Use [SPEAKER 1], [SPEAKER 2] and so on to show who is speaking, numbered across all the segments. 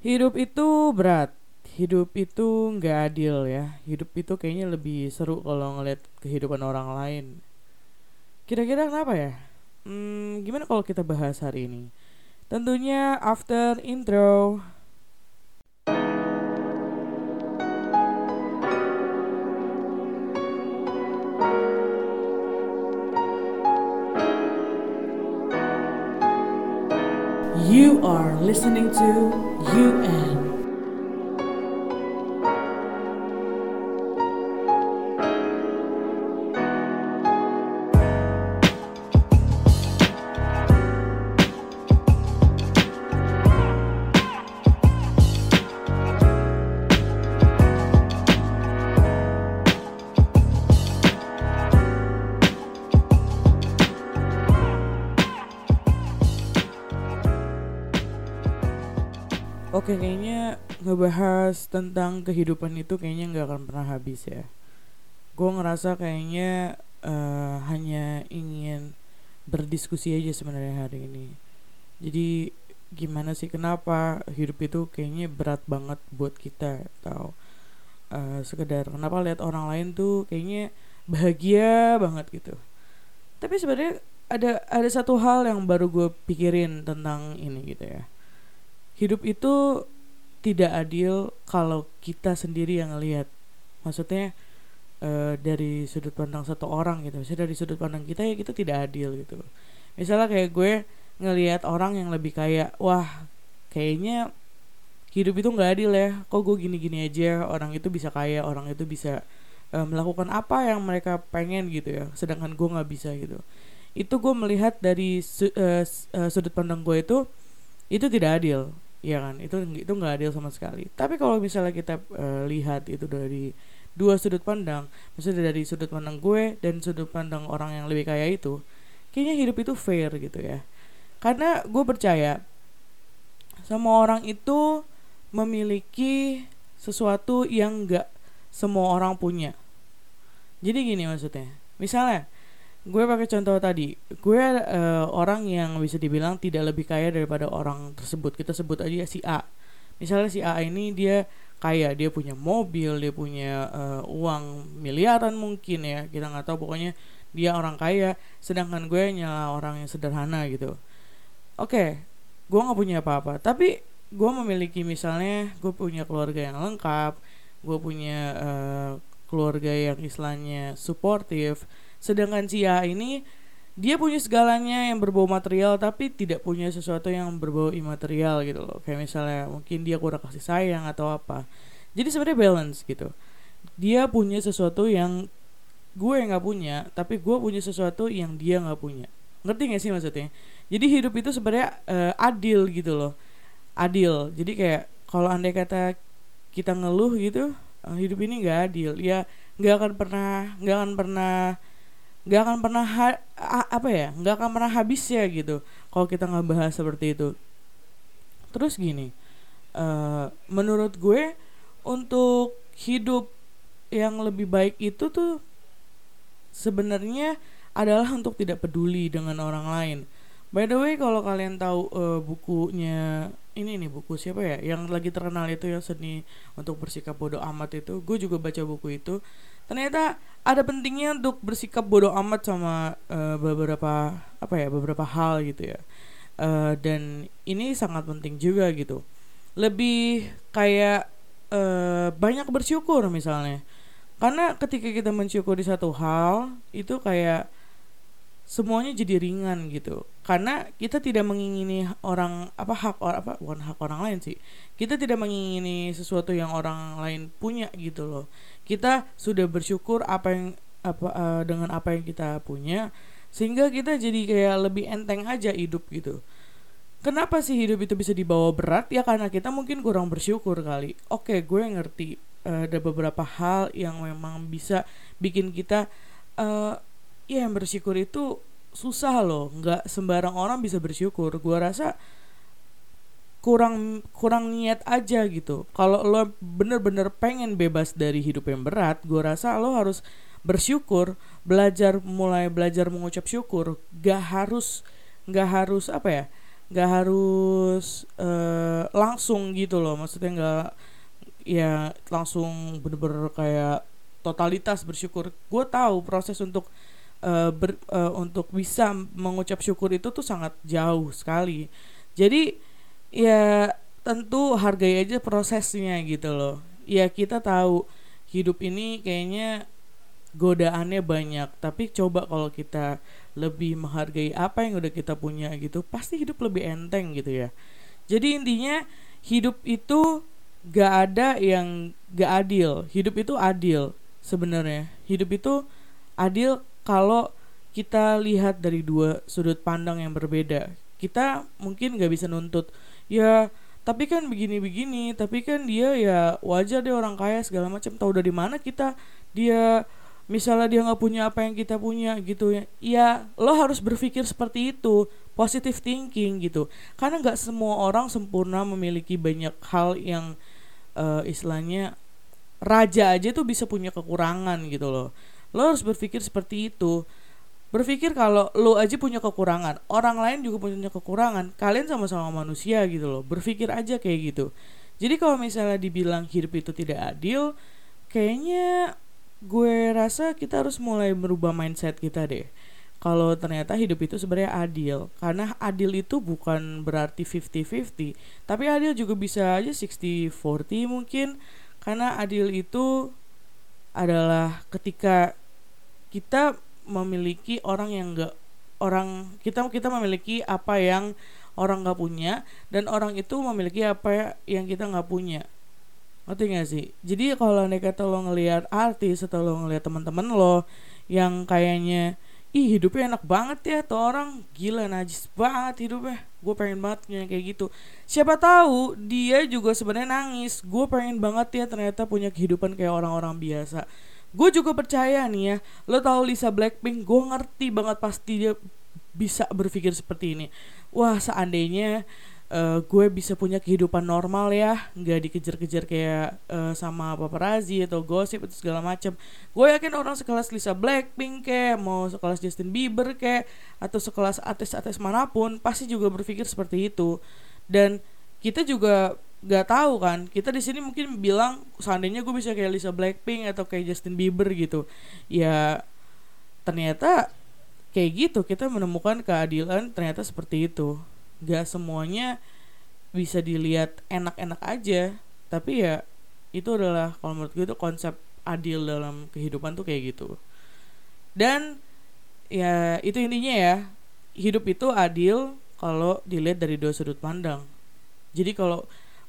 [SPEAKER 1] Hidup itu berat. Hidup itu nggak adil ya. Hidup itu kayaknya lebih seru kalau ngeliat kehidupan orang lain. Kira-kira kenapa ya? Gimana kalau kita bahas hari ini? Tentunya after intro. You are listening to UN. Oke, kayaknya ngebahas tentang kehidupan itu kayaknya nggak akan pernah habis ya. Gue ngerasa kayaknya hanya ingin berdiskusi aja sebenarnya hari ini. Jadi gimana sih, kenapa hidup itu kayaknya berat banget buat kita, atau sekedar kenapa lihat orang lain tuh kayaknya bahagia banget gitu. Tapi sebenarnya ada satu hal yang baru gue pikirin tentang ini gitu ya. Hidup itu tidak adil kalau kita sendiri yang ngelihat. Maksudnya dari sudut pandang satu orang gitu. Misalnya dari sudut pandang kita, ya kita tidak adil gitu. Misalnya kayak gue ngelihat orang yang lebih kaya, wah kayaknya hidup itu nggak adil ya. Kok gue gini-gini aja, orang itu bisa kaya, orang itu bisa melakukan apa yang mereka pengen gitu ya. Sedangkan gue nggak bisa gitu. Itu gue melihat dari sudut pandang gue itu tidak adil, ya kan? Itu nggak adil sama sekali. Tapi kalau misalnya kita lihat itu dari dua sudut pandang, maksudnya dari sudut pandang gue dan sudut pandang orang yang lebih kaya itu, kayaknya hidup itu fair gitu ya. Karena gue percaya semua orang itu memiliki sesuatu yang nggak semua orang punya. Jadi gini maksudnya, misalnya gue pakai contoh tadi, gue orang yang bisa dibilang tidak lebih kaya daripada orang tersebut. Kita sebut aja si A. Misalnya si A ini dia kaya, dia punya mobil, dia punya uang miliaran mungkin ya, kita nggak tahu, pokoknya dia orang kaya. Sedangkan gue nyala orang yang sederhana gitu. Oke, gue nggak punya apa-apa, tapi gue memiliki, misalnya gue punya keluarga yang lengkap, gue punya keluarga yang istilahnya suportif. Sedangkan si A ini dia punya segalanya yang berbau material, tapi tidak punya sesuatu yang berbau imaterial gitu loh. Kayak misalnya mungkin dia kurang kasih sayang atau apa. Jadi sebenarnya balance gitu. Dia punya sesuatu yang gue nggak punya, tapi gue punya sesuatu yang dia nggak punya. Ngerti gak sih maksudnya? Jadi hidup itu sebenarnya adil gitu loh. Adil. Jadi kayak kalau andai kata kita ngeluh gitu, hidup ini nggak adil ya, nggak akan pernah nggak akan pernah habis ya gitu kalau kita nggak bahas seperti itu. Terus gini, menurut gue untuk hidup yang lebih baik itu tuh sebenarnya adalah untuk tidak peduli dengan orang lain. By the way, kalau kalian tahu bukunya ini nih, buku siapa ya yang lagi terkenal itu, yang Seni untuk Bersikap Bodoh Amat itu, gue juga baca buku itu. Ternyata ada pentingnya untuk bersikap bodoh amat sama beberapa hal gitu ya. Dan ini sangat penting juga gitu. Lebih kayak banyak bersyukur misalnya. Karena ketika kita mensyukuri satu hal itu kayak semuanya jadi ringan gitu. Karena kita tidak mengingini bukan hak orang lain sih. Kita tidak mengingini sesuatu yang orang lain punya gitu loh. Kita sudah bersyukur dengan apa yang kita punya, sehingga kita jadi kayak lebih enteng aja hidup gitu. Kenapa sih hidup itu bisa dibawa berat? Ya karena kita mungkin kurang bersyukur kali. Oke, gue ngerti ada beberapa hal yang memang bisa bikin kita ya yang bersyukur itu susah loh. Nggak sembarang orang bisa bersyukur. Gue rasa kurang niat aja gitu. Kalau lo bener-bener pengen bebas dari hidup yang berat, gue rasa lo harus bersyukur, mulai belajar mengucap syukur. Gak harus nggak harus langsung gitu loh, maksudnya nggak ya langsung bener-bener kayak totalitas bersyukur. Gue tahu proses untuk bisa mengucap syukur itu tuh sangat jauh sekali. Jadi ya tentu hargai aja prosesnya gitu loh. Ya kita tahu hidup ini kayaknya godaannya banyak, tapi coba kalau kita lebih menghargai apa yang udah kita punya gitu, pasti hidup lebih enteng gitu ya. Jadi intinya hidup itu gak ada yang gak adil. Hidup itu adil sebenarnya. Hidup itu adil kalau kita lihat dari dua sudut pandang yang berbeda. Kita mungkin gak bisa nuntut, ya tapi kan begini-begini, tapi kan dia ya wajar dia orang kaya segala macam. Tahu dari mana kita dia misalnya dia nggak punya apa yang kita punya gitu ya. Ya lo harus berpikir seperti itu, positive thinking gitu. Karena nggak semua orang sempurna memiliki banyak hal yang istilahnya raja aja tuh bisa punya kekurangan gitu loh. Lo harus berpikir seperti itu. Berpikir kalau lo aja punya kekurangan, orang lain juga punya kekurangan, kalian sama-sama manusia gitu loh. Berpikir aja kayak gitu. Jadi kalau misalnya dibilang hidup itu tidak adil, kayaknya gue rasa kita harus mulai merubah mindset kita deh. Kalau ternyata hidup itu sebenarnya adil. Karena adil itu bukan berarti 50-50, tapi adil juga bisa aja 60-40 mungkin. Karena adil itu adalah ketika kita memiliki orang yang enggak orang kita memiliki apa yang orang nggak punya, dan orang itu memiliki apa yang kita nggak punya. Ngerti gak sih? Jadi kalau andai kata lo ngelihat artis atau lo ngelihat teman-teman lo yang kayaknya ih hidupnya enak banget ya, tuh orang gila najis banget hidupnya, gue pengen banget kayak gitu. Siapa tahu dia juga sebenarnya nangis, gue pengen banget ya ternyata punya kehidupan kayak orang-orang biasa. Gue juga percaya nih ya, lo tahu Lisa Blackpink, gue ngerti banget pasti dia bisa berpikir seperti ini. Wah seandainya gue bisa punya kehidupan normal ya, nggak dikejar-kejar kayak sama paparazzi atau gosip atau segala macam. Gue yakin orang sekelas Lisa Blackpink kayak mau sekelas Justin Bieber kayak atau sekelas artis-artis manapun pasti juga berpikir seperti itu. Dan kita juga nggak tahu kan, kita di sini mungkin bilang seandainya gue bisa kayak Lisa Blackpink atau kayak Justin Bieber gitu ya, ternyata kayak gitu kita menemukan keadilan ternyata seperti itu. Gak semuanya bisa dilihat enak-enak aja, tapi ya itu adalah kalau menurut gue itu konsep adil dalam kehidupan tuh kayak gitu. Dan ya itu intinya ya, hidup itu adil kalau dilihat dari dua sudut pandang. Jadi kalau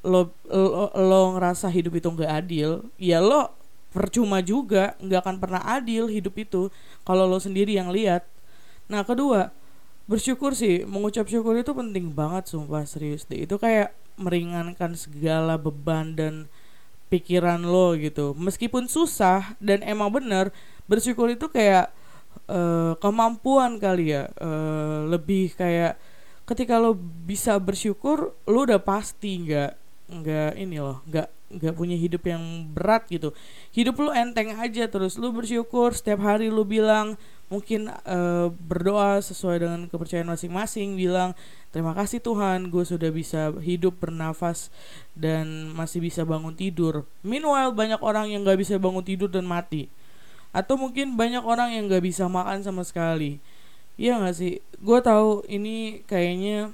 [SPEAKER 1] lo ngerasa hidup itu nggak adil, ya lo percuma juga, nggak akan pernah adil hidup itu kalau lo sendiri yang lihat. Nah kedua, bersyukur sih, mengucap syukur itu penting banget sumpah, serius deh. Itu kayak meringankan segala beban dan pikiran lo gitu. Meskipun susah dan emang bener, bersyukur itu kayak kemampuan kali ya, lebih kayak ketika lo bisa bersyukur, lo udah pasti nggak ini loh, nggak punya hidup yang berat gitu. Hidup lo enteng aja, terus lo bersyukur setiap hari. Lo bilang mungkin berdoa sesuai dengan kepercayaan masing-masing, bilang terima kasih Tuhan gue sudah bisa hidup, bernafas, dan masih bisa bangun tidur. Meanwhile banyak orang yang gak bisa bangun tidur dan mati, atau mungkin banyak orang yang gak bisa makan sama sekali. Iya gak sih? Gue tahu ini kayaknya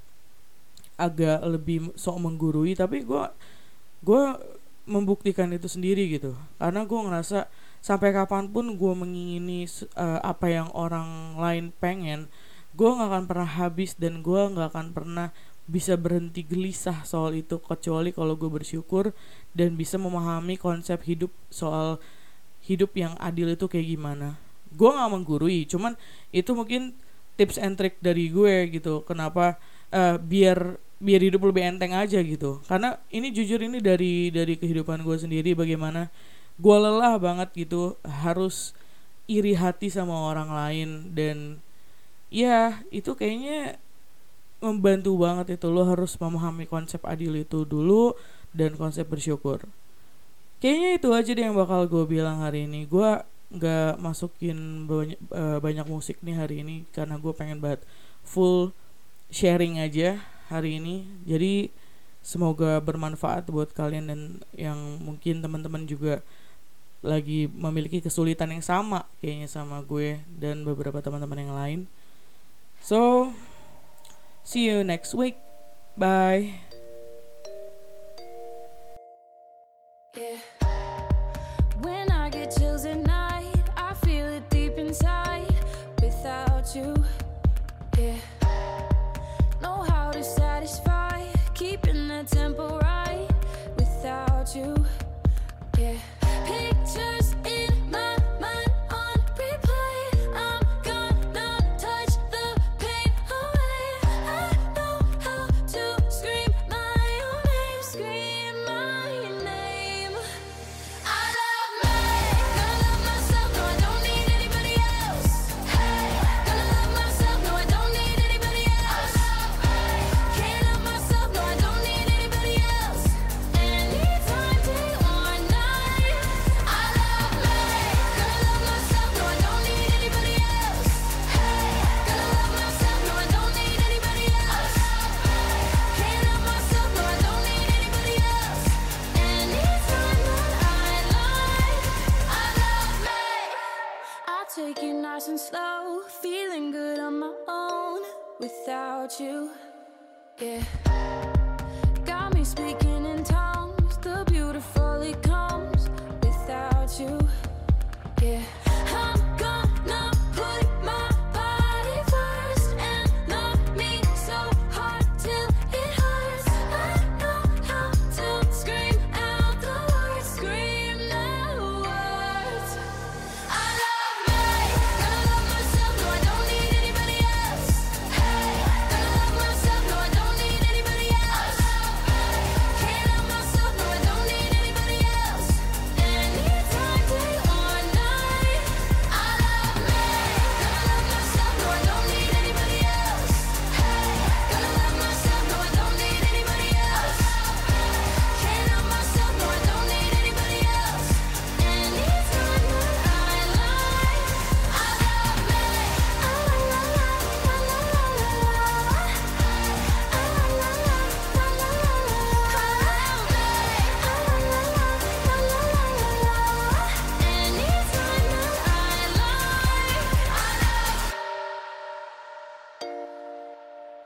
[SPEAKER 1] agak lebih sok menggurui, tapi gue membuktikan itu sendiri gitu. Karena gue ngerasa sampai kapanpun gue mengingini apa yang orang lain pengen, gue gak akan pernah habis, dan gue gak akan pernah bisa berhenti gelisah soal itu, kecuali kalau gue bersyukur dan bisa memahami konsep hidup, soal hidup yang adil itu kayak gimana. Gue gak menggurui, cuman itu mungkin tips and trick dari gue gitu. Kenapa biar hidup lebih enteng aja gitu. Karena ini jujur, ini dari kehidupan gue sendiri, bagaimana gue lelah banget gitu harus iri hati sama orang lain. Dan ya itu kayaknya membantu banget itu. Lo harus memahami konsep adil itu dulu dan konsep bersyukur. Kayaknya itu aja deh yang bakal gue bilang hari ini. Gue gak masukin banyak musik nih hari ini karena gue pengen banget full sharing aja hari ini. Jadi semoga bermanfaat buat kalian dan yang mungkin teman-teman juga lagi memiliki kesulitan yang sama kayaknya sama gue dan beberapa teman-teman yang lain. So, see you next week. Bye.
[SPEAKER 2] Yeah. When I get chills at night, I feel it deep inside. Without you, yeah. Know how to satisfy, keeping the tempo right. Without you, yeah. Pictures in my mind on replay. I'm gonna touch the pain away. I know how to scream my own name, scream my name. I love me, gonna love myself, no I don't need anybody else. Hey, gonna love myself, no I don't need anybody else. Can't love myself, no I don't need anybody else. Anytime, day or night. I love me, gonna love myself, no I don't need anybody else. Hey, gonna love myself, no I don't need anybody else. Can't love myself, no I don't need anybody else. Anytime that I like, I love me. I'll take it nice and slow, feeling good on my own without you. Yeah. Got me speaking in tongues, the beautiful it comes without you. Yeah. I'm gonna put my body first and love me so hard till it hurts. I know how to scream out the words, scream the words. I love me, gonna love myself, no I don't need anybody else. Hey, gonna love myself, no I don't need anybody else. Can't love myself, no I don't need anybody else. Anytime, day or night. I love me, gonna love myself, no I don't need anybody else. Hey, gonna love myself, no I don't need anybody else. Can't love myself, no I don't need anybody else. Anytime that I like, I love me.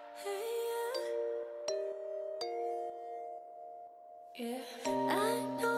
[SPEAKER 2] Yeah, I know